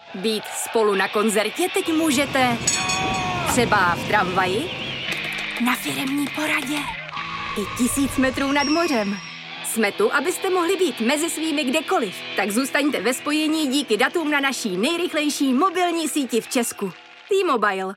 Být spolu na koncertě teď můžete třeba v tramvaji, na firemní poradě i 1000 metrů nad mořem. Jsme tu, abyste mohli být mezi svými kdekoliv. Tak zůstaňte ve spojení díky datům na naší nejrychlejší mobilní síti v Česku. T-Mobile.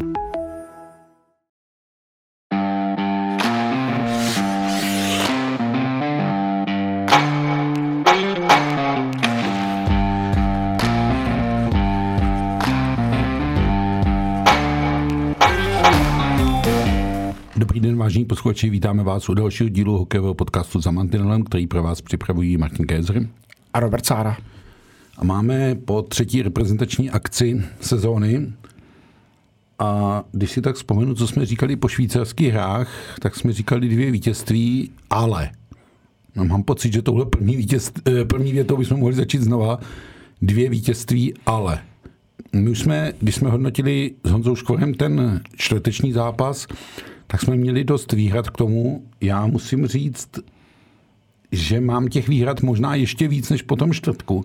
Dobrý den, vážení posluchači, vítáme vás u dalšího dílu hokejového podcastu Za mantinelem, který pro vás připravují Martin Kézer a Robert Sára. A máme po 3. reprezentační akci sezóny a když si tak vzpomenu, co jsme říkali po švýcarských hrách, tak jsme říkali 2 vítězství, ale mám pocit, že tohle první větou bychom mohli začít znova. 2 vítězství, ale. My už jsme, když jsme hodnotili s Honzou Škvorem ten čtvrteční zápas, tak jsme měli dost výhrad k tomu. Já musím říct, že mám těch výhrad možná ještě víc než po tom čtvrtku.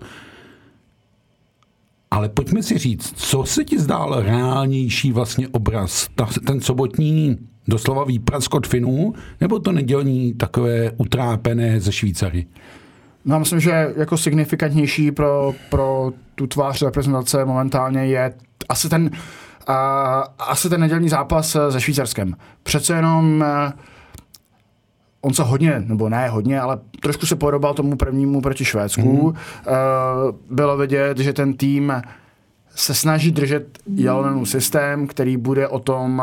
Ale pojďme si říct, co se ti zdál reálnější vlastně obraz? Ten sobotní doslova výprask od Finů, nebo to nedělní takové utrápené ze Švýcary? No, myslím, že jako signifikantnější pro tu tvář reprezentace momentálně je asi ten nedělní zápas se Švýcarskem. Přece jenom on se hodně, nebo ne hodně, ale trošku se podobal tomu prvnímu proti Švédsku. Bylo vidět, že ten tým se snaží držet Jalonenův systém, který bude o tom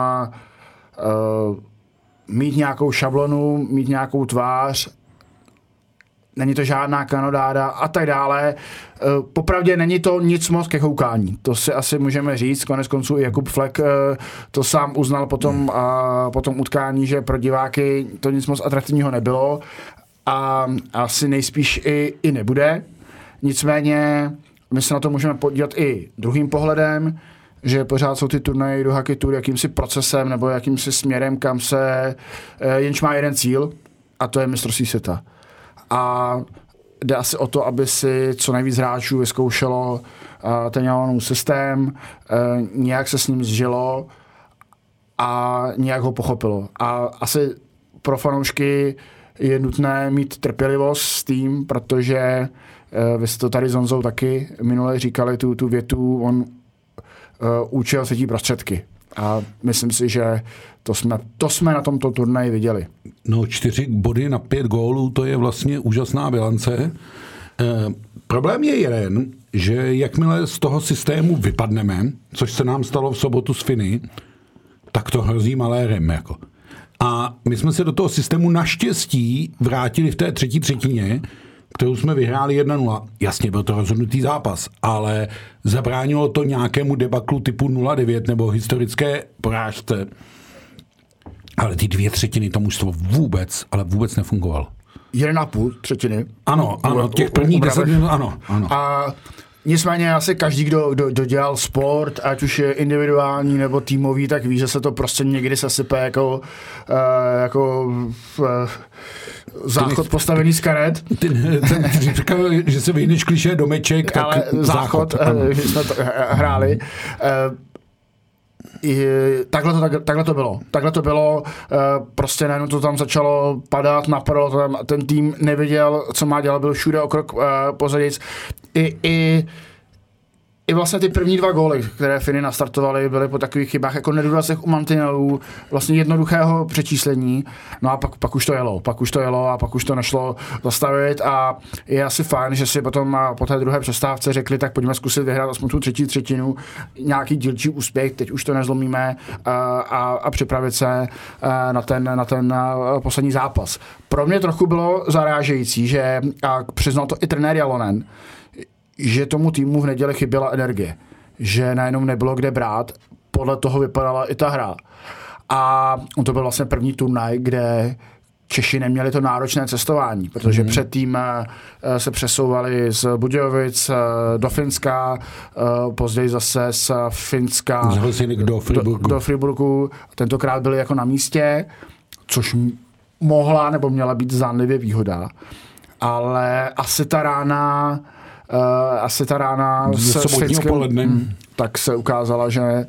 mít nějakou šablonu, mít nějakou tvář. Není to žádná kanonáda a tak dále. Popravdě není to nic moc ke koukání. To si asi můžeme říct. Konec konců i Jakub Flek to sám uznal po tom utkání, že pro diváky to nic moc atraktivního nebylo a asi nejspíš i nebude. Nicméně my se na to můžeme podívat i druhým pohledem, že pořád jsou ty turnaje do Hockey Tour jakýmsi procesem nebo jakýmsi směrem, kam se jenž má jeden cíl a to je mistrovství světa. A jde asi o to, aby si co nejvíc hráčů vyzkoušelo ten Jalonův systém, nějak se s ním zžilo a nějak ho pochopilo. A asi pro fanoušky je nutné mít trpělivost s tím, protože vy jste to tady s Honzou taky minule říkali tu větu, on učil se tí prostředky. A myslím si, že to jsme na tomto turnaji viděli. No 4 body na 5 gólů, to je vlastně úžasná bilance. Problém je jeden, že jakmile z toho systému vypadneme, což se nám stalo v sobotu s Finy, tak to hrozí malérem. Jako. A my jsme se do toho systému naštěstí vrátili v té 3. třetině, kterou jsme vyhráli 1-0. Jasně, byl to rozhodnutý zápas, ale zabránilo to nějakému debaklu typu 0-9 nebo historické porážce. Ale ty 2 třetiny to mužstvo vůbec nefungovalo. 1,5 třetiny. Ano, těch prvních 10 minut, ano. A nicméně asi každý, kdo dělal sport, ať už je individuální nebo týmový, tak ví, že se to prostě někdy sesype jako záchod postavený z karet. Říkal, že se vyhneš klišé domeček, tak ale záchod že jsme to hráli. Takhle to bylo. Prostě najednou to tam začalo padat, napadlo, ten tým nevěděl, co má dělat, byl všude o krok pozadic. I vlastně ty první 2 góly, které Finy nastartovaly, byly po takových chybách jako nedůrazech u mantinelů, vlastně jednoduchého přečíslení. No a pak už to jelo a pak už to nešlo zastavit a je asi fajn, že si potom po té druhé přestávce řekli, tak pojďme zkusit vyhrát aspoň tu 3. třetinu, nějaký dílčí úspěch, teď už to nezlomíme a připravit se na ten poslední zápas. Pro mě trochu bylo zarážející, že a přiznal to i trenér Jalonen, že tomu týmu v neděli chyběla energie. Že najednou nebylo kde brát. Podle toho vypadala i ta hra. A to byl vlastně první turnaj, kde Češi neměli to náročné cestování, protože předtím se přesouvali z Budějovic do Finska, později zase z Finska do Friburgu. Tentokrát byli jako na místě, což mohla nebo měla být zdánlivě výhoda. Ale asi ta rána asi ta rána s Finskem, tak se ukázala,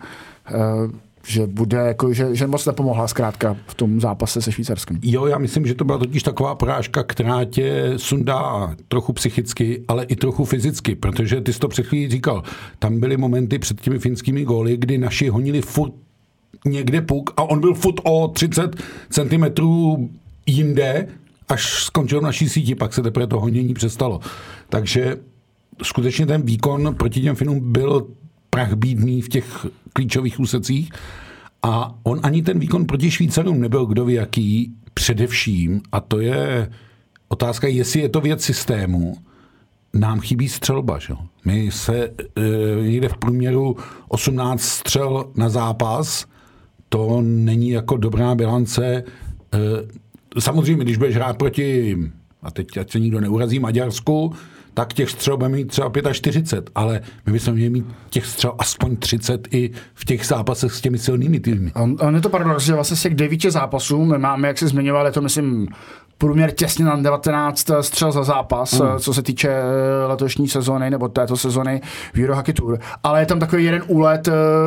že bude jako, že moc nepomohla zkrátka v tom zápase se Švýcarskem. Jo, já myslím, že to byla totiž taková porážka, která tě sundá trochu psychicky, ale i trochu fyzicky, protože ty jsi to před chvílí říkal, tam byly momenty před těmi finskými góly, kdy naši honili furt někde puk a on byl furt o 30 cm jinde, až skončil v naší síti, pak se teprve to honění přestalo. Takže skutečně ten výkon proti těm Finům byl prach bídný v těch klíčových úsecích a on ani ten výkon proti Švýcarům nebyl kdo ví jaký především, a to je otázka, jestli je to věc systému, nám chybí střelba. Že? My se někde v průměru 18 střel na zápas, to není jako dobrá bilance. Samozřejmě, když budeš hrát proti, a teď ať se nikdo neurazí, Maďarsku, tak těch střel budeme mít třeba 45, ale my bychom měli mít těch střel aspoň 30 i v těch zápasech s těmi silnými týmy. On je to paradox, že vlastně z těch 9 zápasů my máme, jak jsi zmiňoval, je to myslím průměr těsně na 19 střel za zápas, co se týče letošní sezóny nebo této sezóny v Eurohockey Tour. Ale je tam takový jeden úlet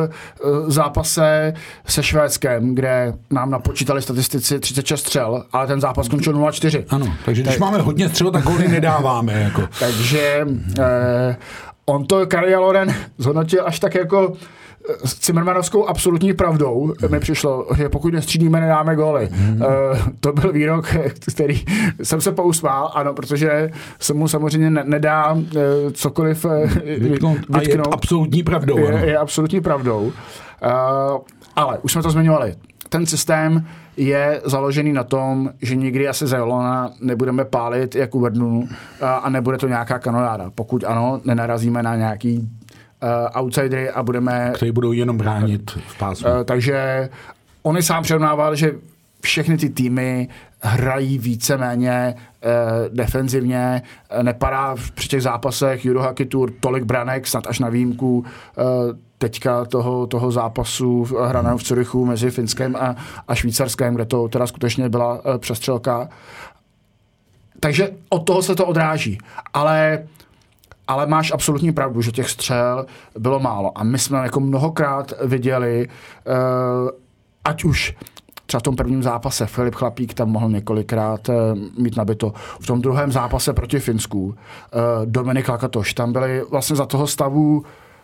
zápase se Švédskem, kde nám napočítali statistici 36 střel, ale ten zápas skončil 0-4. Ano, takže když máme hodně střel, tak góly nedáváme. Jako. Takže on to Kari Loren zhodnotil až tak jako s Cimrmanovskou absolutní pravdou mi přišlo, že pokud nestřídíme, nedáme góly. To byl výrok, který jsem se pousmál, ano, protože se mu samozřejmě nedá cokoliv vytknout. A je absolutní pravdou. Je absolutní pravdou. Ale už jsme to zmiňovali. Ten systém je založený na tom, že nikdy asi za Jolona nebudeme pálit jak u Verdunu a nebude to nějaká kanonáda. Pokud ano, nenarazíme na nějaký outsidery a budeme... Kteří budou jenom bránit v pásmu. Takže on sám přirovnával, že všechny ty týmy hrají víceméně defenzivně, nepadá při těch zápasech Eurohockey Tour tolik branek, snad až na výjimku teďka toho zápasu hraného v Curychu mezi Finskem a Švýcarskem, kde to teda skutečně byla přestřelka. Takže od toho se to odráží. Ale máš absolutní pravdu, že těch střel bylo málo. A my jsme jako mnohokrát viděli, ať už třeba v tom prvním zápase Filip Chlapík tam mohl několikrát mít nabito. V tom druhém zápase proti Finsku Dominik Lakatoš, tam byli vlastně za toho stavu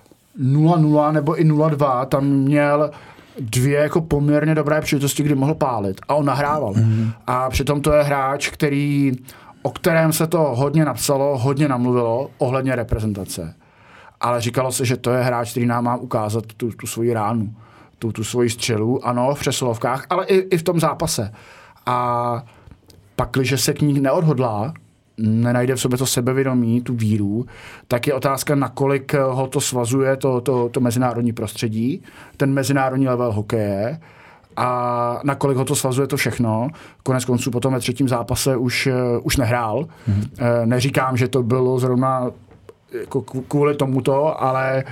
0-0 nebo i 0-2, tam měl 2 jako poměrně dobré příležitosti, kdy mohl pálit. A on nahrával. A přitom to je hráč, o kterém se to hodně napsalo, hodně namluvilo ohledně reprezentace. Ale říkalo se, že to je hráč, který nám má ukázat tu svoji ránu, tu svoji střelu, ano, v přesilovkách, ale i v tom zápase. A pak, když se k ní neodhodlá, nenajde v sobě to sebevědomí, tu víru, tak je otázka, nakolik ho to svazuje to mezinárodní prostředí, ten mezinárodní level hokeje, a nakolik ho to svazuje to všechno. Konec konců potom ve třetím zápase už nehrál. Neříkám, že to bylo zrovna jako kvůli tomuto, ale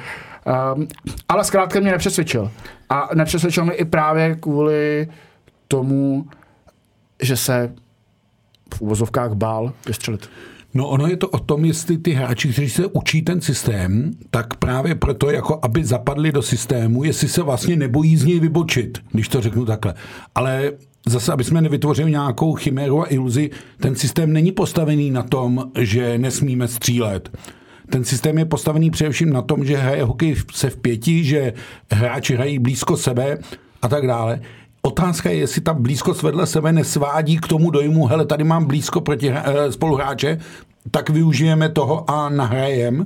zkrátka mě nepřesvědčil. A nepřesvědčil mě i právě kvůli tomu, že se v uvozovkách bál vystřelit. No ono je to o tom, jestli ty hráči, kteří se učí ten systém, tak právě proto, jako aby zapadli do systému, jestli se vlastně nebojí z něj vybočit, když to řeknu takhle. Ale zase, aby jsme nevytvořili nějakou chiméru a iluzi, ten systém není postavený na tom, že nesmíme střílet. Ten systém je postavený především na tom, že hraje hokej se v 5, že hráči hrají blízko sebe a tak dále. Otázka je, jestli ta blízkost vedle sebe nesvádí k tomu dojmu, hele, tady mám blízko proti spoluhráče, tak využijeme toho a nahrajem.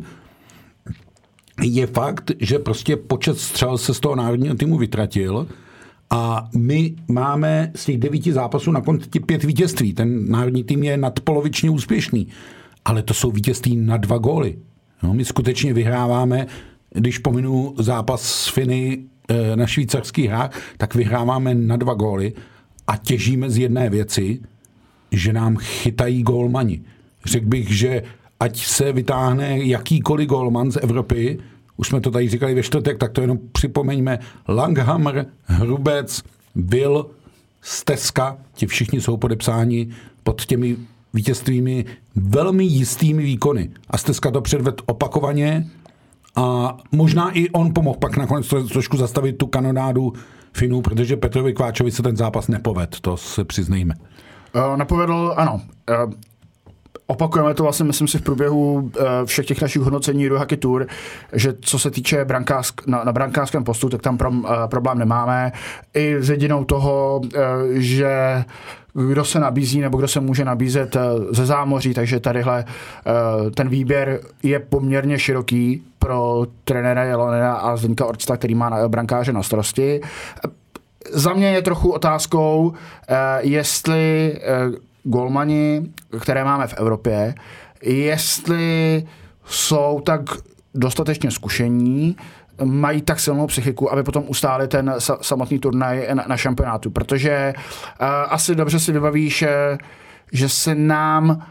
Je fakt, že prostě počet střel se z toho národního týmu vytratil a my máme z těch 9 zápasů na konci 5 vítězství. Ten národní tým je nadpolovičně úspěšný, ale to jsou vítězství na 2 góly. No, my skutečně vyhráváme, když pominu zápas s Finy na švýcarských hrách, tak vyhráváme na 2 góly a těžíme z jedné věci, že nám chytají gólmani. Řekl bych, že ať se vytáhne jakýkoliv gólman z Evropy, už jsme to tady říkali ve čtvrtek, tak to jenom připomeňme, Langhammer, Hrubec, Will, Steska, ti všichni jsou podepsáni pod těmi vítězstvími velmi jistými výkony. A Stezka to předvedl opakovaně a možná i on pomohl pak nakonec trošku zastavit tu kanonádu Finů, protože Petrovi Kváčovi se ten zápas nepovedl, to se přiznejme. Nepovedl, ano. Opakujeme to vlastně, myslím si, v průběhu všech těch našich hodnocení do Hockey Tour, že co se týče na brankářském postu, tak tam problém nemáme. I s jedinou toho, že kdo se nabízí nebo kdo se může nabízet ze zámoří, takže tadyhle ten výběr je poměrně široký pro trenéra Jalonena a Zdeňka Orcta, který má brankáře na starosti. Za mě je trochu otázkou, jestli golmani, které máme v Evropě, jestli jsou tak dostatečně zkušení, mají tak silnou psychiku, aby potom ustáli ten samotný turnaj na šampionátu. Protože asi dobře si vybavíš, že se nám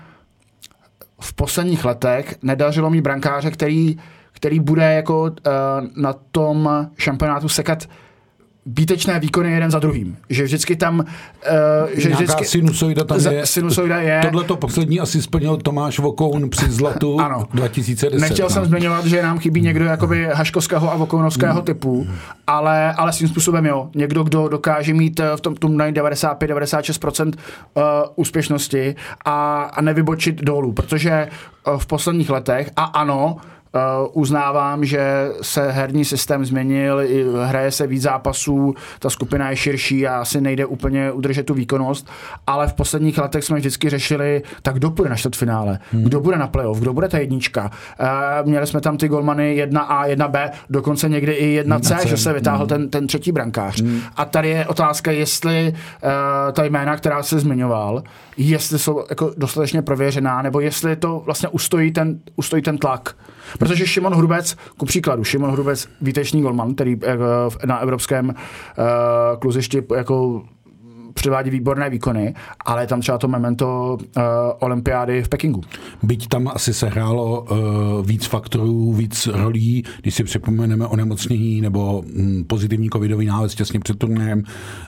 v posledních letech nedařilo mít brankáře, který bude jako na tom šampionátu sekat výtečné výkony jeden za druhým. Že vždycky tam... Nějaká sinusoida tam je. Sinusoida je. Tohleto poslední asi splnil Tomáš Vokoun při zlatu 2010. Nechtěl jsem zmiňovat, že nám chybí někdo jakoby haškovského a vokounovského typu, ale svým způsobem jo. Někdo, kdo dokáže mít v tom 95-96% úspěšnosti a nevybočit dolů, protože v posledních letech, a ano, uznávám, že se herní systém změnil, hraje se víc zápasů, ta skupina je širší a asi nejde úplně udržet tu výkonnost, ale v posledních letech jsme vždycky řešili, tak kdo půjde na čtvrtfinále, kdo bude na playoff, kdo bude ta jednička. Měli jsme tam ty golmany 1A, 1B, dokonce někdy i 1C, že se vytáhl ten třetí brankář. A tady je otázka, jestli ta jména, která se zmiňoval, jestli jsou jako dostatečně prověřená, nebo jestli to vlastně ustojí ten tlak. Protože Šimon Hrubec, ku příkladu, výtečný golman, který na evropském kluzišti jako předvádí výborné výkony, ale je tam třeba to memento olympiády v Pekingu. Byť tam asi se hrálo víc faktorů, víc rolí, když si připomeneme onemocnění nebo pozitivní covidový nález těsně před turnajem.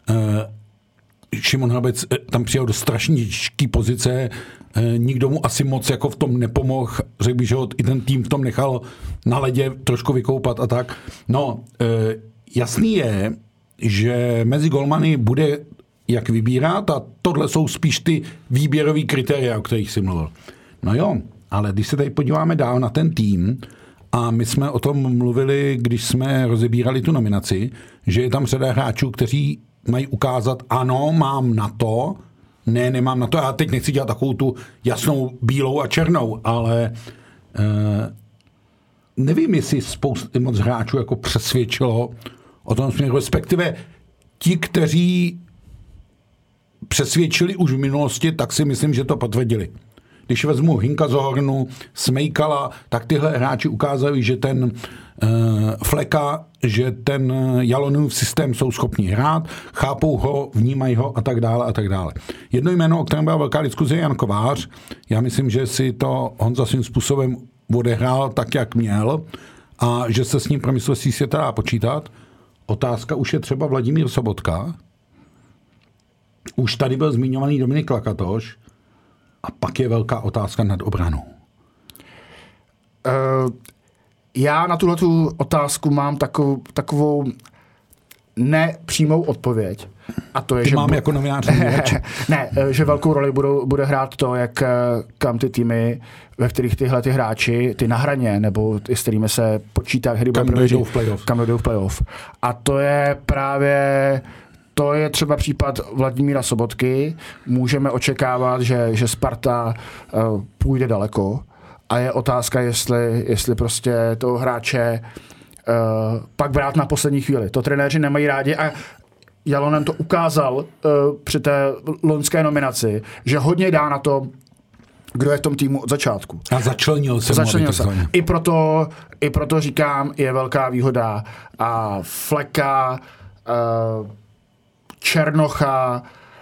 Šimon Hrubec tam přijel do strašně těžké pozice, nikdo mu asi moc jako v tom nepomohl, řekl bych, že ho i ten tým v tom nechal na ledě trošku vykoupat a tak. No, jasný je, že mezi golmany bude jak vybírat a tohle jsou spíš ty výběrový kritéria, o kterých jsi mluvil. No jo, ale když se tady podíváme dál na ten tým, a my jsme o tom mluvili, když jsme rozebírali tu nominaci, že je tam řada hráčů, kteří mají ukázat, ano, mám na to, ne, nemám na to. Já teď nechci dělat takovou tu jasnou bílou a černou, ale nevím, jestli moc hráčů jako přesvědčilo o tom směru, respektive ti, kteří přesvědčili už v minulosti, tak si myslím, že to potvrdili. Když vezmu Hinka Zohornu, Smejkala, tak tyhle hráči ukázali, že ten Fleka, že ten Jalonův systém jsou schopni hrát, chápou ho, vnímají ho a tak dále a tak dále. Jedno jméno, o kterém byla velká diskuze, je Jan Kovář. Já myslím, že si to Honza svým způsobem odehrál tak, jak měl a že se s ním pro mistrovství světa dá počítat. Otázka už je třeba Vladimír Sobotka. Už tady byl zmiňovaný Dominik Lakatoš. A pak je velká otázka nad obranou. Já na tuhletu otázku mám takovou nepřímou odpověď. A to je, že mám jako novinář. Ne, že velkou roli bude hrát to, kam ty týmy, ve kterých tyhle ty hráči, ty na hraně, nebo s kterými se počítá, kam dojdou v playoff. A to je právě... To je třeba případ Vladimíra Sobotky. Můžeme očekávat, že Sparta půjde daleko a je otázka, jestli prostě toho hráče pak brát na poslední chvíli. To trenéři nemají rádi a Jalonen to ukázal při té loňské nominaci, že hodně dá na to, kdo je v tom týmu od začátku. A začlenil se. I proto říkám, je velká výhoda a Fleka, Černocha,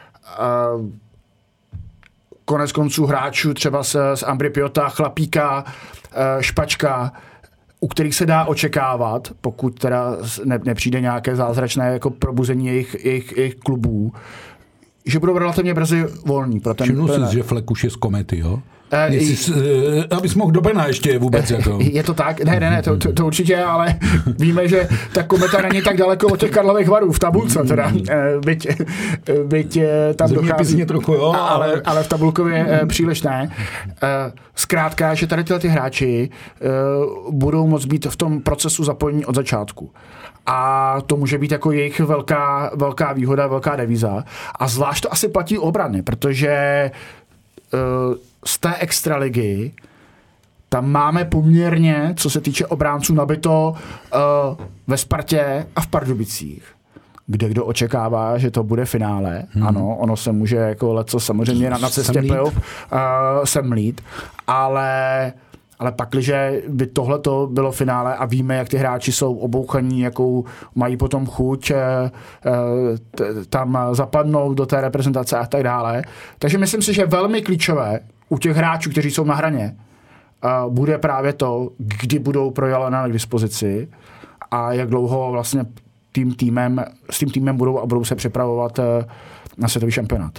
konec konců hráčů třeba z Ambry Piota, Chlapíka, Špačka, u kterých se dá očekávat, pokud teda nepřijde nějaké zázračné jako probuzení jejich klubů, že budou relativně brzy volní. Všimnu si, že Fleck už je z Komety, jo? Abys mohl do Brna ještě vůbec. Jako. Je to tak? Ne, to určitě, ale víme, že ta Kometa není tak daleko od těch Karlových Varů v tabulce, teda. Byť tam dochází trochu, jo, ale v tabulkově příliš ne. Zkrátka, že tady tyhle ty hráči budou moct být v tom procesu zapojení od začátku. A to může být jako jejich velká výhoda, velká devíza. A zvlášť to asi platí obrany, protože z té extraligy tam máme poměrně, co se týče obránců, nabito ve Spartě a v Pardubicích, kde kdo očekává, že to bude finále. Ano, ono se může jako leco samozřejmě na cestě playoff semlít, ale pakliže by tohleto bylo finále a víme, jak ty hráči jsou obouchaní, jakou mají potom chuť tam zapadnout do té reprezentace a tak dále. Takže myslím si, že velmi klíčové u těch hráčů, kteří jsou na hraně, bude právě to, kdy budou pro Jelena k dispozici a jak dlouho vlastně s tím týmem budou se připravovat na světový šampionát.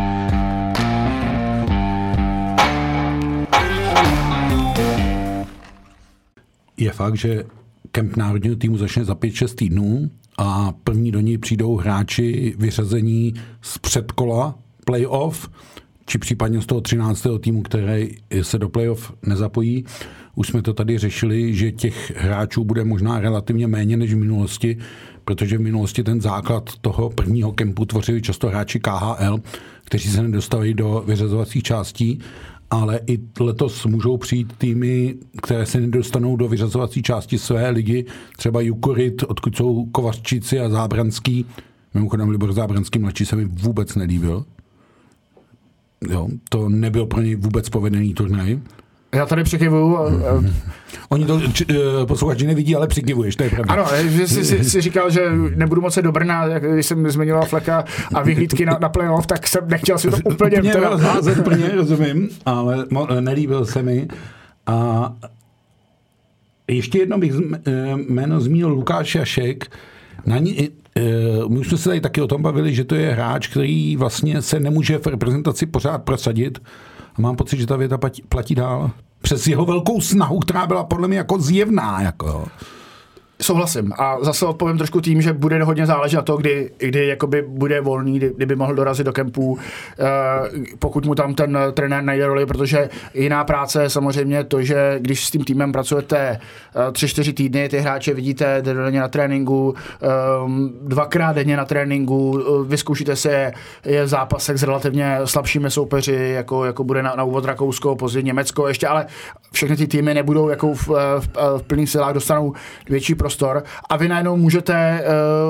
Je fakt, že kemp národního týmu začne za 5-6 týdnů a první do něj přijdou hráči vyřazení z předkola playoff, či případně z toho 13. týmu, který se do playoff nezapojí. Už jsme to tady řešili, že těch hráčů bude možná relativně méně než v minulosti, protože v minulosti ten základ toho prvního kempu tvořili často hráči KHL, kteří se nedostali do vyřazovacích částí, ale i letos můžou přijít týmy, které se nedostanou do vyřazovací části své ligy, třeba Jukurit, odkud jsou Kovařčici a Zábranský. Mimochodem Libor Zábranský mladší se mi vůbec nelíbil. Jo, to nebyl pro něj vůbec povedený turnaj. Já tady přikyvuju. Oni to posluchači nevidí, ale přikivuješ, to je pravda. Ano, že jsi říkal, že nebudu moc do Brna, když jsem zmiňoval Flecka a vyhlídky na playoff, tak jsem nechtěl si to úplně rozházet plně, rozumím, ale nelíbil se mi. A ještě jedno bych jméno zmínil Lukáš Jašek. My už jsme se tady taky o tom bavili, že to je hráč, který vlastně se nemůže v reprezentaci pořád prosadit. A mám pocit, že ta věta platí dál. Přes jeho velkou snahu, která byla podle mě jako zjevná. Jako. Souhlasím. A zase odpovím trošku tím, že bude hodně záležet na to, kdy jakoby bude volný, kdyby mohl dorazit do kempů, pokud mu tam ten trenér najde roli, protože jiná práce je samozřejmě to, že když s tím týmem pracujete 3-4 týdny, ty hráče vidíte denně na tréninku, 2krát denně na tréninku, vyzkoušíte se je v zápasech s relativně slabšími soupeři, jako bude na úvod Rakousko, později Německo ještě, ale všechny ty týmy nebudou jako v plných silách, dostanou větší prostor a vy najednou můžete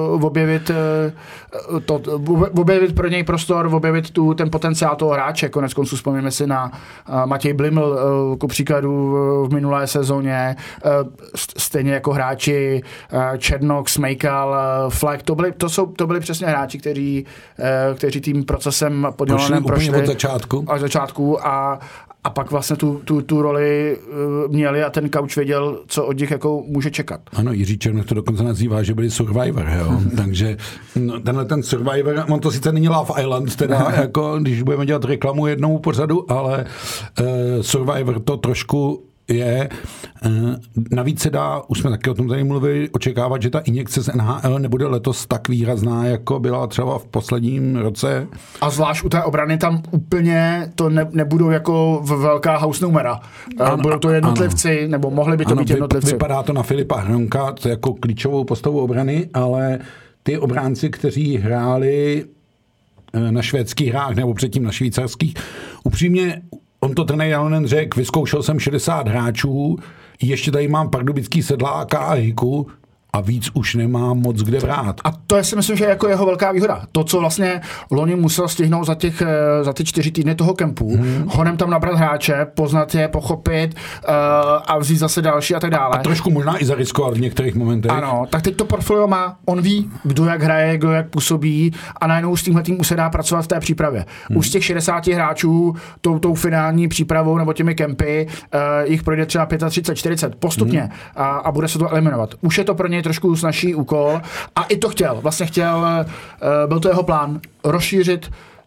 objevit pro něj prostor, objevit ten potenciál toho hráče. Konec konců vzpomínáme si na Matěj Bliml, ku příkladu v minulé sezóně, stejně jako hráči Černok, Smejkal, Fleck, to byli přesně hráči, kteří tím procesem poddělaném prošli od začátku. A pak vlastně tu roli měli a ten Kauč věděl, co od nich jako může čekat. Ano, Jiří Černok to dokonce nazývá, že byli Survivor, jo. Takže tenhle ten Survivor, on to sice není Love Island, teda, jako, když budeme dělat reklamu jednomu pořadu, ale Survivor to trošku je. Navíc se dá, už jsme taky o tom tady mluvili, očekávat, že ta injekce z NHL nebude letos tak výrazná, jako byla třeba v posledním roce. A zvlášť u té obrany tam úplně to nebudou jako velká house numera. Budou to jednotlivci, nebo mohli by to být jednotlivci. Vypadá to na Filipa Hronka, to jako klíčovou postavu obrany, ale ty obránci, kteří hráli na švédských hrách nebo předtím na švýcarských, upřímně on to trenér Jalonen řekl, vyzkoušel jsem 60 hráčů, ještě tady mám Pardubický Sedláka a Hiku a víc už nemám moc kde brát. A to je si myslím, že je jako jeho velká výhoda. To, co vlastně loni musel stihnout za ty 4 týdny toho kempu, honem tam nabrat hráče, poznat je, pochopit a vzít zase další a tak dále. A trošku možná i zariskovat v některých momentech. Ano, tak teď to portfolio má, on ví, kdo jak hraje, kdo jak působí a najednou s tímhle týmem se dá pracovat v té přípravě. Už z těch 60 hráčů tou finální přípravou nebo těmi kempy jich projde třeba 35, 40 postupně a bude se to eliminovat. Už je to pro ně trošku snazší úkol a i to chtěl. Byl to jeho plán, rozšířit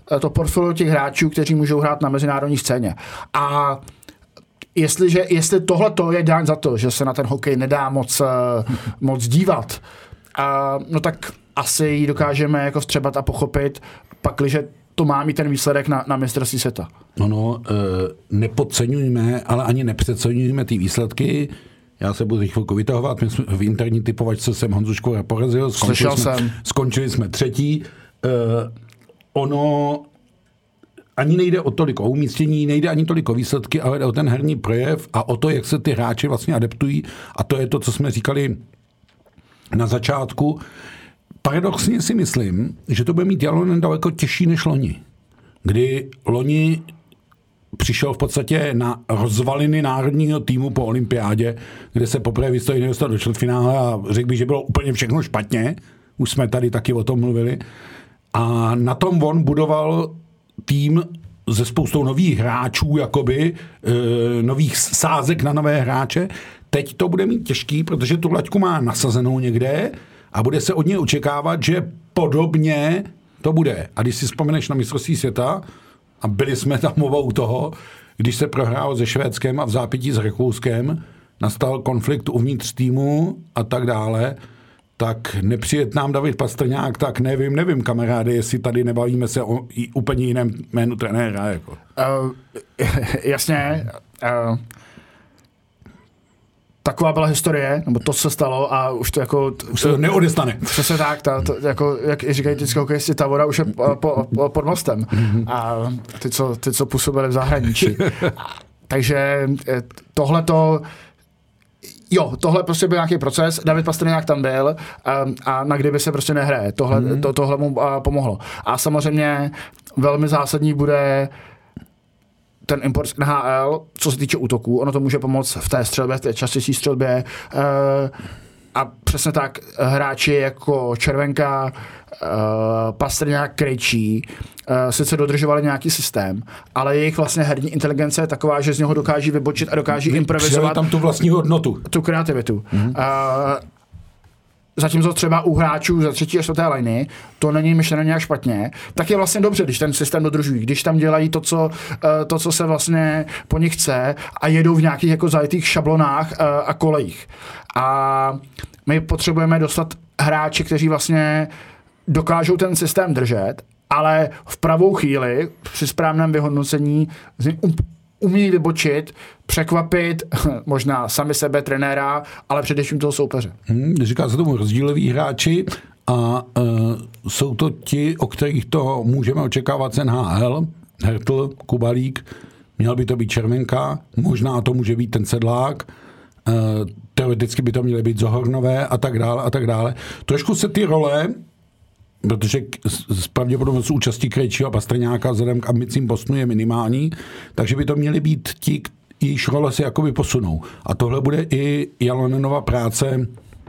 to portfolio těch hráčů, kteří můžou hrát na mezinárodní scéně. A jestli tohleto je dáň za to, že se na ten hokej nedá moc dívat, no tak asi ji dokážeme jako vstřebat a pochopit, pakliže to má mít ten výsledek na mistrovství světa. Nepodceňujme, ale ani nepřeceňujme ty výsledky. Já se budu chvilku vytahovat. My jsme v interní typovačce jsem Honzu Škvora porazil. Skončili jsme třetí. Ono ani nejde o tolik o umístění, nejde ani tolik o výsledky, ale jde o ten herní projev a o to, jak se ty hráči vlastně adaptují. A to je to, co jsme říkali na začátku. Paradoxně si myslím, že to bude mít Jalonen daleko těžší než loni. Kdy loni přišel v podstatě na rozvaliny národního týmu po olympiádě, kde se poprvé v historii nedostal do čtvrtfinále a řekl bych, že bylo úplně všechno špatně. Už jsme tady taky o tom mluvili. A na tom on budoval tým se spoustou nových hráčů, jakoby, nových sázek na nové hráče. Teď to bude mít těžký, protože tu laťku má nasazenou někde a bude se od něj očekávat, že podobně to bude. A když si vzpomeneš na mistrovství světa, a byli jsme tam oba u toho, když se prohrálo se Švédskem a v zápětí s Rakouskem, nastal konflikt uvnitř týmu a tak dále, tak nepřijet nám David Pastrňák, tak nevím, kamaráde, jestli tady nebavíme se o úplně jiném jménu trenéra. Jako. Jasně. Taková byla historie, nebo to se stalo a už to jako... Už se to neodestane. Přesně tak, jako, jak říkají vždycky hokejisti, ta voda už je pod mostem. A ty, co působili v zahraničí. Takže tohle prostě byl nějaký proces, David Pastrňák tam byl a na kdyby se prostě nehraje. Tohle mu pomohlo. A samozřejmě velmi zásadní bude ten import z NHL, co se týče útoků, ono to může pomoct v té střelbě, v té častější střelbě. A přesně tak hráči jako Červenka, Pastrňák, Krejčí sice dodržovali nějaký systém, ale jejich vlastně herní inteligence je taková, že z něho dokáží vybočit a dokáží improvizovat tam tu vlastní hodnotu. Tu kreativitu. Zatímco třeba u hráčů za třetí a čtvrté liny to není myšleno nějak špatně, tak je vlastně dobře, když ten systém dodržují, když tam dělají to, co se vlastně po nich chce a jedou v nějakých jako zajetých šablonách a kolejích. A my potřebujeme dostat hráči, kteří vlastně dokážou ten systém držet, ale v pravou chvíli při správném vyhodnocení z něj umí vybočit, překvapit možná sami sebe, trenéra, ale především toho soupeře. Říká se tomu rozdíloví hráči a jsou to ti, o kterých to můžeme očekávat z NHL, Hertl, Kubalík, měl by to být Červenka, možná to může být ten Sedlák, teoreticky by to měly být Zohornové a tak dále a tak dále. Trošku se ty role, protože s pravděpodobností účastí Krejčího a Pastrňáka vzhledem k ambicím Bostonu je minimální, takže by to měli být ti, jejichž role se jakoby posunou. A tohle bude i Jalonenova práce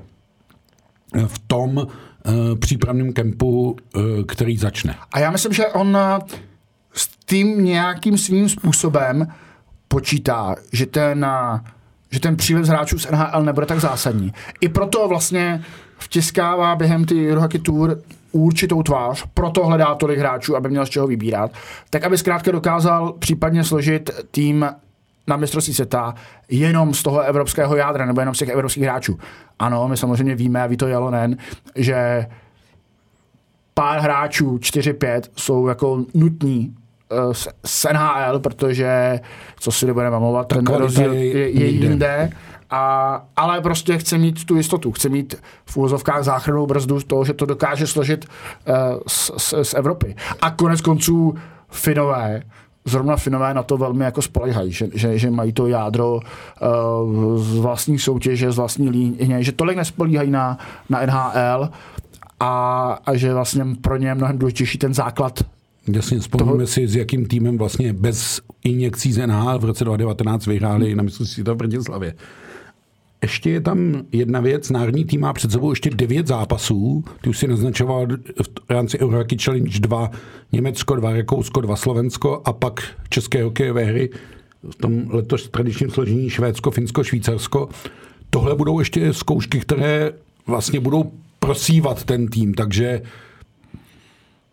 v tom přípravném kempu, který začne. A já myslím, že on s tím nějakým svým způsobem počítá, že ten příliv z hráčů z NHL nebude tak zásadní. I proto vlastně vtiskává během ty Eurohockey Tour určitou tvář, proto hledá tolik hráčů, aby měl z čeho vybírat, tak aby zkrátka dokázal případně složit tým na mistrovství světa jenom z toho evropského jádra, nebo jenom z těch evropských hráčů. Ano, my samozřejmě víme, a ví to Jalonen, že pár hráčů, 4-5, jsou jako nutní z NHL, protože, co si nebudeme mamovat, ten rozdíl je jinde. Ale prostě chce mít tu jistotu, chce mít v úvozovkách záchrannou brzdu toho, že to dokáže složit z Evropy. A konec konců zrovna Finové na to velmi jako spoléhají, že mají to jádro z vlastní soutěže, z vlastní líně, že tolik nespolíhají na NHL a že vlastně pro ně je mnohem důležitější ten základ. Jasně, vzpomíme si, s jakým týmem vlastně bez injekcí z NHL v roce 2019 vyhráli na mistrovství světa v Bratislavě. Ještě je tam jedna věc, národní tým má před sebou ještě 9 zápasů, ty už si naznačoval v rámci Eurohockey Challenge 2 Německo, 2 Rakousko, 2 Slovensko a pak české hokejové hry v tom letos tradičním složení Švédsko, Finsko, Švýcarsko. Tohle budou ještě zkoušky, které vlastně budou prosívat ten tým, takže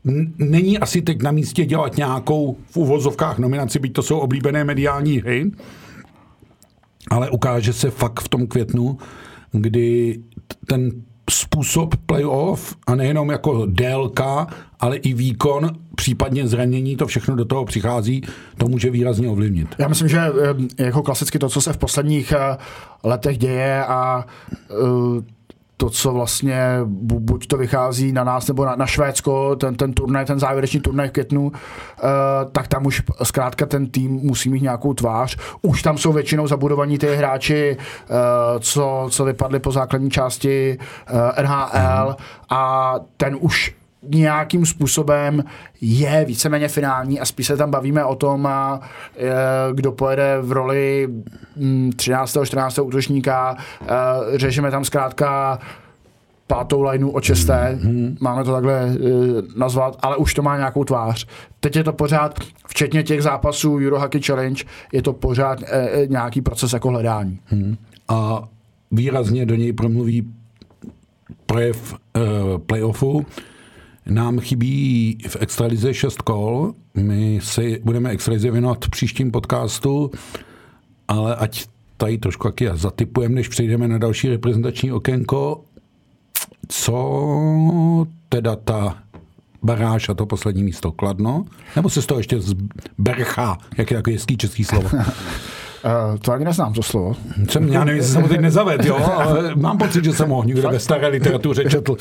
není asi teď na místě dělat nějakou v uvozovkách nominaci, byť to jsou oblíbené mediální hry, ale ukáže se fakt v tom květnu, kdy ten způsob playoff a nejenom jako délka, ale i výkon, případně zranění, to všechno do toho přichází, to může výrazně ovlivnit. Já myslím, že jako klasicky to, co se v posledních letech děje a to, co vlastně buď to vychází na nás nebo na Švédsko, ten turnaj, ten závěrečný turnaj v květnu, tak tam už zkrátka ten tým musí mít nějakou tvář. Už tam jsou většinou zabudovaní ty hráči, co vypadli po základní části NHL a ten už nějakým způsobem je víceméně finální a spíš se tam bavíme o tom, kdo pojede v roli 13. 14. útočníka. Řešíme tam zkrátka 5. lineu od 6. Máme to takhle nazvat, ale už to má nějakou tvář. Teď je to pořád, včetně těch zápasů Euro Hockey Challenge, je to pořád nějaký proces jako hledání. A výrazně do něj promluví projev playoffu. Nám chybí v extralize 6 kol, my se budeme extralize věnovat v příštím podcastu, ale ať tady trošku taky zatipujeme, než přejdeme na další reprezentační okénko, co teda ta baráž a to poslední místo, Kladno? Nebo se z toho ještě zberchá, jak je takový hezký český slovo? To ani neznám, to slovo. Já nevím, jestli jsem ho teď nezaved, jo, ale mám pocit, že jsem ho někde ve staré literatuře četl.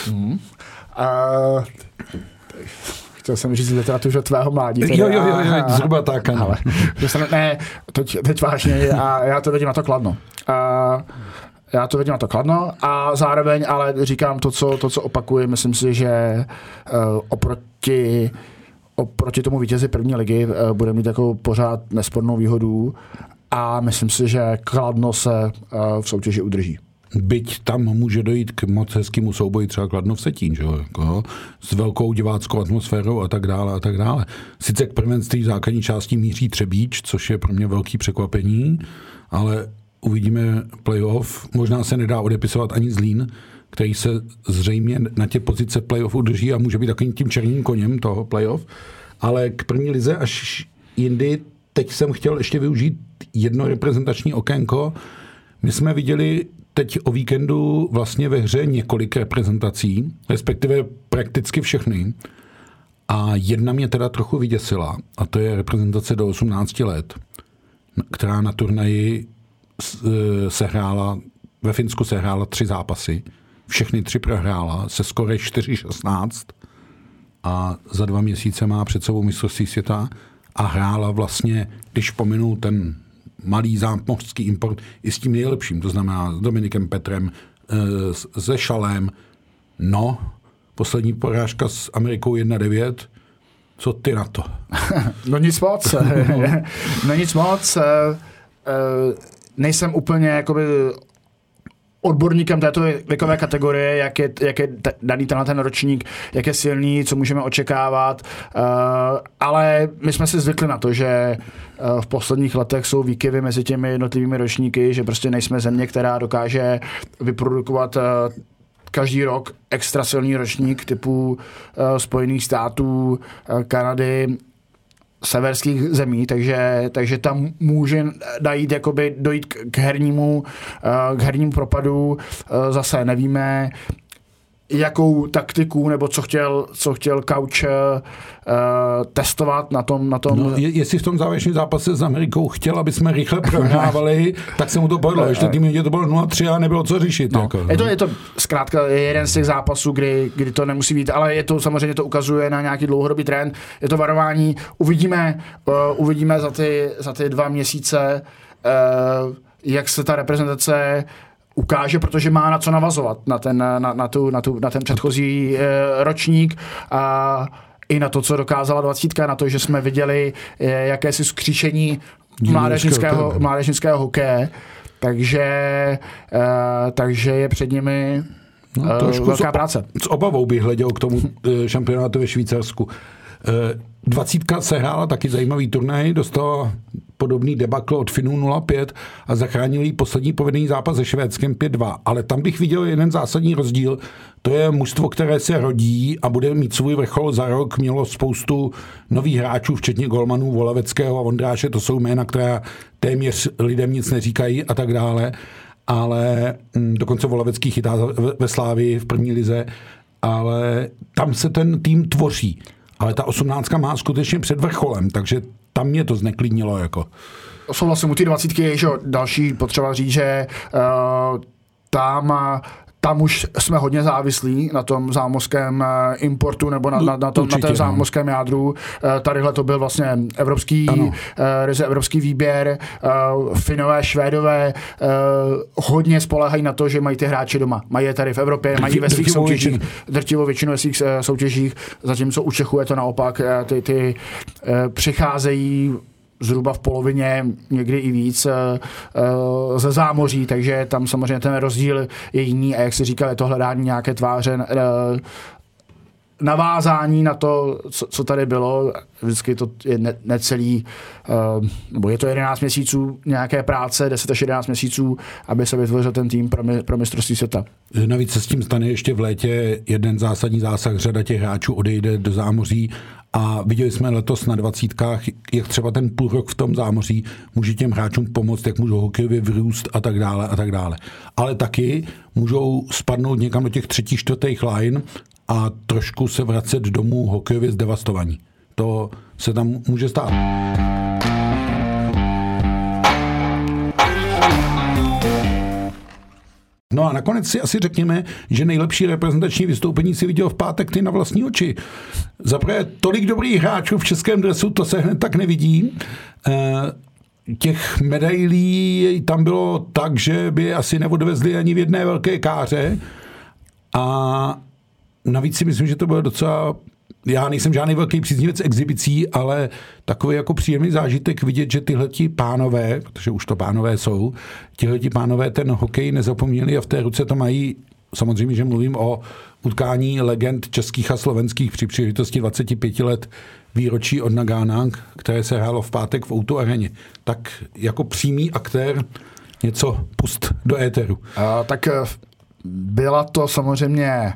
Chtěl jsem říct literatuře tvého mládí. Tedy, jo, zhruba tak. Ale, ne, teď vážně, a já to vidím na to Kladno. A zároveň ale říkám to, co opakuji, myslím si, že oproti tomu vítězi první ligy bude mít jako pořád nespornou výhodu a myslím si, že Kladno se v soutěži udrží. Byť tam může dojít k moc hezkému souboji třeba Kladno v Vsetín, že? Jako, s velkou diváckou atmosférou a tak dále a tak dále. Sice k prvenství v základní části míří Třebíč, což je pro mě velký překvapení, ale uvidíme playoff. Možná se nedá odepisovat ani Zlín, který se zřejmě na tě pozice playoff udrží a může být takovým tím černým koněm toho playoff. Ale k první lize až jindy, teď jsem chtěl ještě využít jedno reprezentační okénko. My jsme viděli teď o víkendu vlastně ve hře několik reprezentací, respektive prakticky všechny. A jedna mě teda trochu vyděsila, a to je reprezentace do 18 let, která na turnaji sehrála, ve Finsku sehrála 3 zápasy. Všechny 3 prohrála se skóre 4-16 a za 2 měsíce má před sebou mistrovství světa a hrála vlastně, když pominu ten malý zámořský import i s tím nejlepším, to znamená s Dominikem Petrem, se Šalem. No, poslední porážka s Amerikou 1-9. Co ty na to? No nic moc. No nic moc. Nejsem úplně jakoby odborníkem této věkové kategorie, jak je daný ten ročník, jak je silný, co můžeme očekávat, ale my jsme si zvykli na to, že v posledních letech jsou výkyvy mezi těmi jednotlivými ročníky, že prostě nejsme země, která dokáže vyprodukovat každý rok extra silný ročník typu Spojených států, Kanady, severských zemí, takže tam může dojít k hernímu propadu. Zase nevíme, jakou taktiku nebo co chtěl Couch testovat na tom. No, jestli v tom závěrečném zápase s Amerikou chtěl, aby jsme rychle prohrávali, tak se mu to povedlo. Ještě tým to bylo 0-3 a nebylo co řešit. No, jako. Je to zkrátka jeden z těch zápasů, kdy to nemusí být, ale je to samozřejmě to ukazuje na nějaký dlouhodobý trend. Je to varování. Uvidíme za ty 2 měsíce, jak se ta reprezentace ukáže, protože má na co navazovat na ten předchozí ročník a i na to, co dokázala 20, na to, že jsme viděli jakési skříšení mládežnického hokeje, takže je před nimi velká práce. S obavou bych hleděl k tomu šampionátu ve Švýcarsku. 20 se hrála taky zajímavý turnaj, dostala podobný debakl od Finů 0-5 a zachránil jí poslední povedený zápas se Švédskem 5-2. Ale tam bych viděl jeden zásadní rozdíl. To je mužstvo, které se rodí a bude mít svůj vrchol za rok. Mělo spoustu nových hráčů, včetně golmanů Volaveckého a Vondráše. To jsou jména, která téměř lidem nic neříkají a tak dále. Ale dokonce Volavecký chytá ve Slávii v první lize. Ale tam se ten tým tvoří. Ale ta 18 má skutečně před vrcholem, takže tam mě to zneklidnilo. Jako. Souhlasím, u té 20, že další potřeba říct, že tam už jsme hodně závislí na tom zámořském importu nebo na tom zámořském jádru. Tadyhle to byl vlastně evropský výběr. Finové, Švédové hodně spoléhají na to, že mají ty hráči doma. Mají je tady v Evropě, mají ve svých soutěžích, drtivou většinu ve svých soutěžích, zatímco u Čechů je to naopak. Ty přicházejí zhruba v polovině, někdy i víc ze zámoří, takže tam samozřejmě ten rozdíl je jiný a jak si říkal, je to hledání nějaké tváře, navázání na to, co tady bylo. Vždycky to je necelý, nebo je to 11 měsíců nějaké práce, 10 až 11 měsíců, aby se vytvořil ten tým pro mistrovství světa. Navíc se s tím stane ještě v létě jeden zásadní zásah, řada těch hráčů odejde do zámoří a viděli jsme letos na 20, jak třeba ten půl rok v tom zámoří může těm hráčům pomoct, jak můžou hokejově vyrůst a tak dále a tak dále. Ale taky můžou spadnout někam do těch 3., 4. line a trošku se vracet domů hokejově zdevastovaní. To se tam může stát. No a nakonec si asi řekněme, že nejlepší reprezentační vystoupení si viděl v pátek ty na vlastní oči. Zaprvé tolik dobrých hráčů v českém dresu, to se hned tak nevidí. Těch medailí tam bylo tak, že by asi neodvezli ani v jedné velké káře. A navíc si myslím, že to bylo docela... Já nejsem žádný velký příznivec exibicí, ale takový jako příjemný zážitek vidět, že tyhleti pánové, protože už to pánové jsou, tyhleti pánové ten hokej nezapomněli a v té ruce to mají. Samozřejmě, že mluvím o utkání legend českých a slovenských při příležitosti 25 let výročí od Nagána, které se hrálo v pátek v O2 areně. Tak jako přímý aktér něco pust do éteru. Tak byla to samozřejmě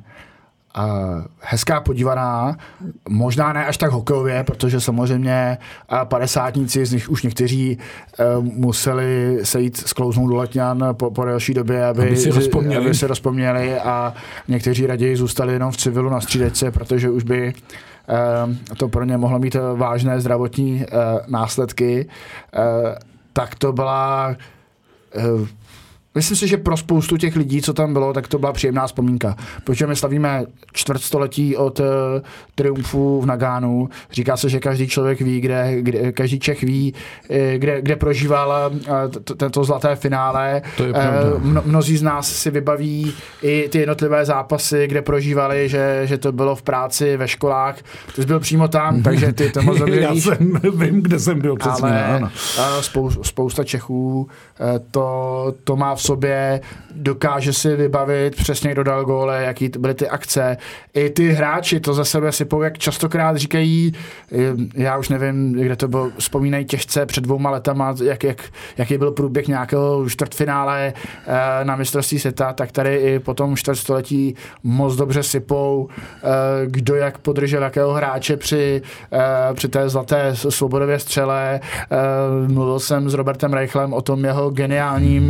hezká podívaná, možná ne až tak hokejově, protože samozřejmě 50-tníci, z nich už někteří museli sejít sklouznout do Letňan po delší době, aby si rozpomněli a někteří raději zůstali jenom v civilu na střídačce, protože už by to pro ně mohlo mít vážné zdravotní následky. Tak to byla... Myslím si, že pro spoustu těch lidí, co tam bylo, tak to byla příjemná vzpomínka. Protože my slavíme čtvrtstoletí od triumfu v Nagánu. Říká se, že každý člověk ví, každý Čech ví, kde prožíval tento zlaté finále. Mnozí z nás si vybaví i ty jednotlivé zápasy, kde prožívali, že to bylo v práci, ve školách. Ty jsi byl přímo tam, takže ty to moc dobře víš. Já vím, kde jsem byl přesně. Ale spousta Čechů to má v sobě, dokáže si vybavit přesně, kdo dal góle, jaký byly ty akce. I ty hráči to za sebe sypou, jak častokrát říkají, já už nevím, kde to bylo, vzpomínají těžce před 2 letama, jaký byl průběh nějakého čtvrtfinále na mistrovství světa, tak tady i po tom čtvrtstoletí moc dobře sypou, kdo jak podržel jakého hráče při té zlaté svobodově střele. Mluvil jsem s Robertem Reichlem o tom jeho geniálním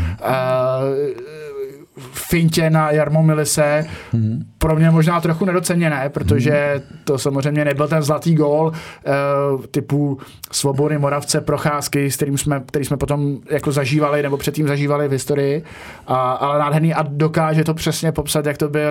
fintě na Jarmo Milise. Pro mě možná trochu nedoceněné, protože to samozřejmě nebyl ten zlatý gól typu Svobody, Moravce, Procházky, který jsme potom jako zažívali, nebo předtím zažívali v historii, ale nádherný a dokáže to přesně popsat, jak to byl,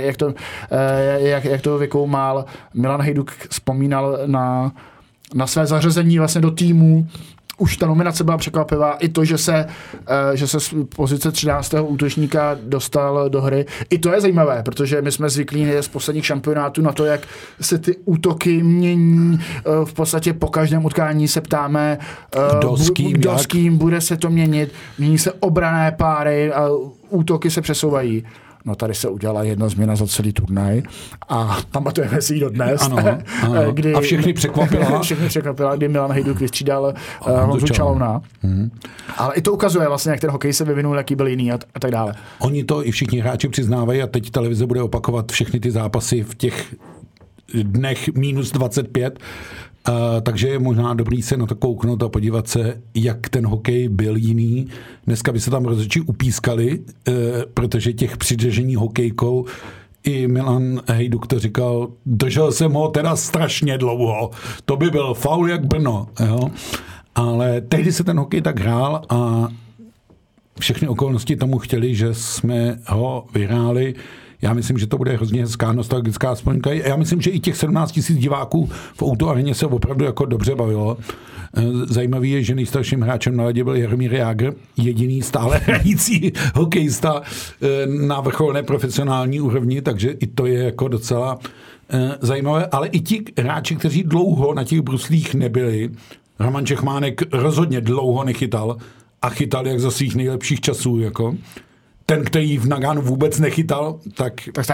jak to vykoumal. Milan Hejduk vzpomínal na své zařazení vlastně do týmu. Už ta nominace byla překvapivá. I to, že se z pozice 13. útočníka dostal do hry. I to je zajímavé, protože my jsme zvyklí z posledních šampionátů na to, jak se ty útoky mění. V podstatě po každém utkání se ptáme, kdo s kým bude se to měnit. Mění se obranné páry a útoky se přesouvají. No tady se udělala jedna změna za celý turnaj a pamatujeme si ji dodnes. Ano. Kdy, a všechny překvapila, kdy Milan Hejduk vystřídal Honzu Čalouna. Ale i to ukazuje vlastně, jak ten hokej se vyvinul, jaký byl jiný a tak dále. Oni to i všichni hráči přiznávají a teď televize bude opakovat všechny ty zápasy v těch dnech minus 25, takže je možná dobrý se na to kouknout a podívat se, jak ten hokej byl jiný. Dneska by se tam rozhodčí upískali, protože těch přidržení hokejkou i Milan Hejduk to říkal, držel jsem ho teda strašně dlouho. To by byl faul jak Brno. Jo? Ale tehdy se ten hokej tak hrál a všechny okolnosti tomu chtěli, že jsme ho vyhráli. Já myslím, že to bude hrozně hezká nostalgická vzpomínka. Já myslím, že i těch 17 000 diváků v O2 areně se opravdu jako dobře bavilo. Zajímavý je, že nejstarším hráčem na ledě byl Jaromír Jágr, jediný stále hrající hokejista na vrcholné profesionální úrovni, takže i to je jako docela zajímavé. Ale i ti hráči, kteří dlouho na těch bruslích nebyli, Roman Čechmánek rozhodně dlouho nechytal a chytal jak za svých nejlepších časů, jako. Ten, který v Naganu vůbec nechytal, tak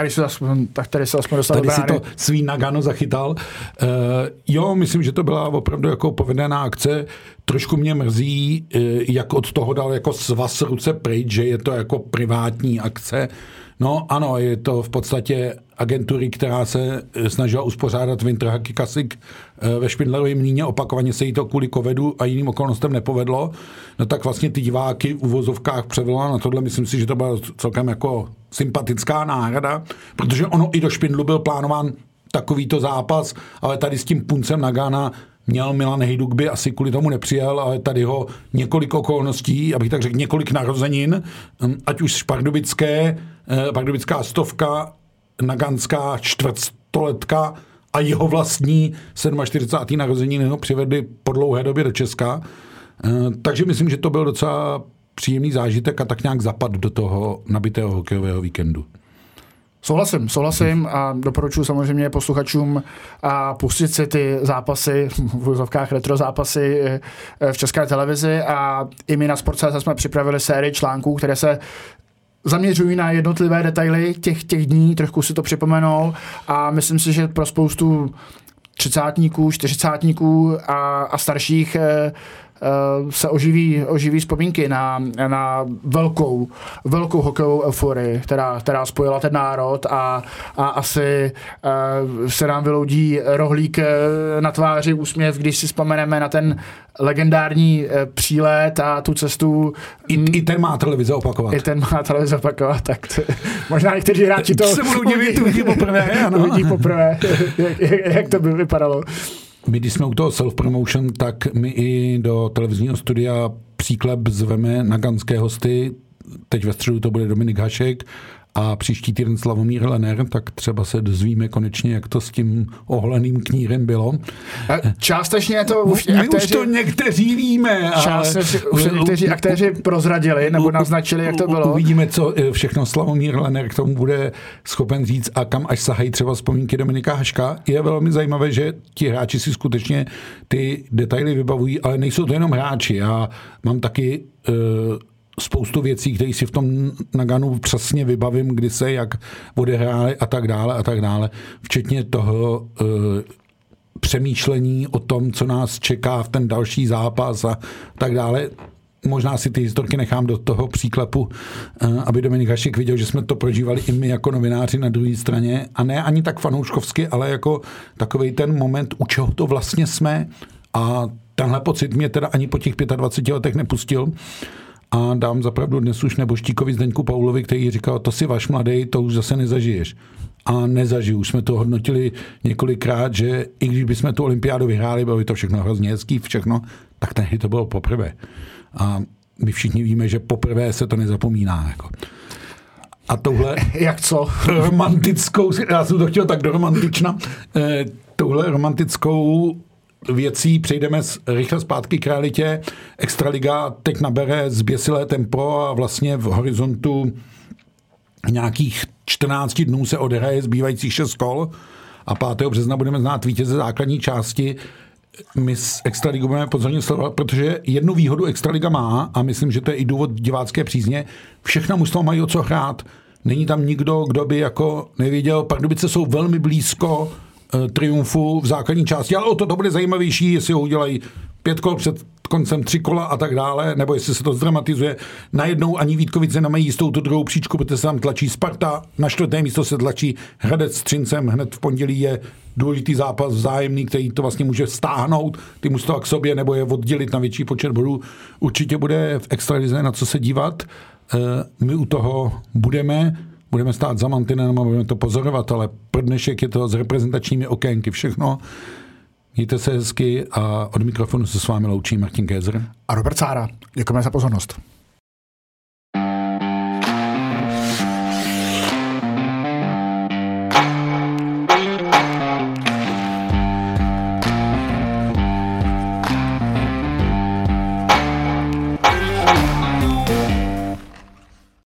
tady se aspoň dostal do brány. Tady si to svý Nagano zachytal. Jo, myslím, že to byla opravdu jako povedená akce. Trošku mě mrzí, jak od toho dal jako svaz ruce pryč, že je to jako privátní akce. No ano, je to v podstatě agentury, která se snažila uspořádat Winter Hockey Classic ve Špindlerově Mlýně, opakovaně se jí to kvůli covidu a jiným okolnostem nepovedlo. No tak vlastně ty diváky v uvozovkách převolala na tohle, myslím si, že to byla celkem jako sympatická náhrada, protože ono i do Špindlu byl plánován takovýto zápas, ale tady s tím puncem Nagana měl Milan Hejduk, by asi kvůli tomu nepřijel, ale tady ho několik okolností, abych tak řekl, několik narozenin, ať už pardubická 100, naganská čtvrtstoletka a jeho vlastní 47. narozeniny ho přivedli po dlouhé době do Česka. Takže myslím, že to byl docela příjemný zážitek a tak nějak zapad do toho nabitého hokejového víkendu. Souhlasím a doporučuji samozřejmě posluchačům a pustit si ty zápasy, v úzovkách retro zápasy v České televizi a i my na Sport.cz jsme připravili sérii článků, které se zaměřují na jednotlivé detaily těch dní, trošku si to připomenou a myslím si, že pro spoustu 30-tníků, 40-tníků a starších se oživí vzpomínky na velkou hokejovou euforii, která spojila ten národ a asi se nám vyloudí rohlík na tváři, úsměv, když si vzpomeneme na ten legendární přílet a tu cestu. I ten má televize opakovat. Tak možná někteří hráči to se budou divit, uvidí poprvé, jak to by vypadalo. My, když jsme u toho self-promotion, tak my i do televizního studia Příklep zveme naganské hosty. Teď ve středu to bude Dominik Hašek a příští týden Slavomír Lenner, tak třeba se dozvíme konečně, jak to s tím oholeným knírem bylo. Částečně to už to někteří víme. Už někteří aktéři prozradili nebo naznačili, jak to bylo. Uvidíme, co všechno Slavomír Lenner k tomu bude schopen říct a kam až sahají třeba vzpomínky Dominika Haška. Je velmi zajímavé, že ti hráči si skutečně ty detaily vybavují, ale nejsou to jenom hráči. Já mám taky spoustu věcí, které si v tom Naganu přesně vybavím, kdy se jak odehrály a tak dále, včetně toho přemýšlení o tom, co nás čeká v ten další zápas a tak dále. Možná si ty historky nechám do toho příklepu, aby Dominik Hašek viděl, že jsme to prožívali i my jako novináři na druhé straně a ne ani tak fanouškovsky, ale jako takovej ten moment, u čeho to vlastně jsme a tenhle pocit mě teda ani po těch 25 letech nepustil. A dám zapravdu dnes už Neboštíkovi Zdeňku Paulovi, který říkal, to si vaš mladej, to už zase nezažiješ. A nezažiju. Už jsme to hodnotili několikrát, že i když bychom tu olympiádu vyhráli, bylo by to všechno hrozně hezký, všechno, tak tehdy to bylo poprvé. A my všichni víme, že poprvé se to nezapomíná. Jako. A touhle jak co? Romantickou, já jsem to chtěl tak do romantična, touhle romantickou věcí přejdeme rychle zpátky k realitě. Extraliga teď nabere zběsilé tempo a vlastně v horizontu nějakých 14 dnů se odehraje zbývajících 6 kol a 5. března budeme znát vítěze základní části. My s Extraligu budeme pozorně sledovat, protože jednu výhodu Extraliga má a myslím, že to je i důvod divácké přízně. Všechna mužstva mají o co hrát. Není tam nikdo, kdo by jako nevěděl. Pardubice jsou velmi blízko triumfu v základní části, ale o to bude zajímavější, jestli ho udělají 5 kol před koncem 3 kola a tak dále, nebo jestli se to zdramatizuje. Najednou ani Vítkovice nemají jistou tu druhou příčku, protože se tam tlačí Sparta, na 4. místo se tlačí Hradec s Třincem, hned v pondělí je důležitý zápas vzájemný, který to vlastně může stáhnout ty mužstva k sobě nebo je oddělit na větší počet bodů. Určitě bude v extralize na co se dívat. My u toho budeme stát za mantinelem a budeme to pozorovat, ale pro dnešek je to s reprezentačními okénky všechno. Mějte se hezky a od mikrofonu se s vámi loučí Martin Kézer a Robert Sára. Děkujeme za pozornost.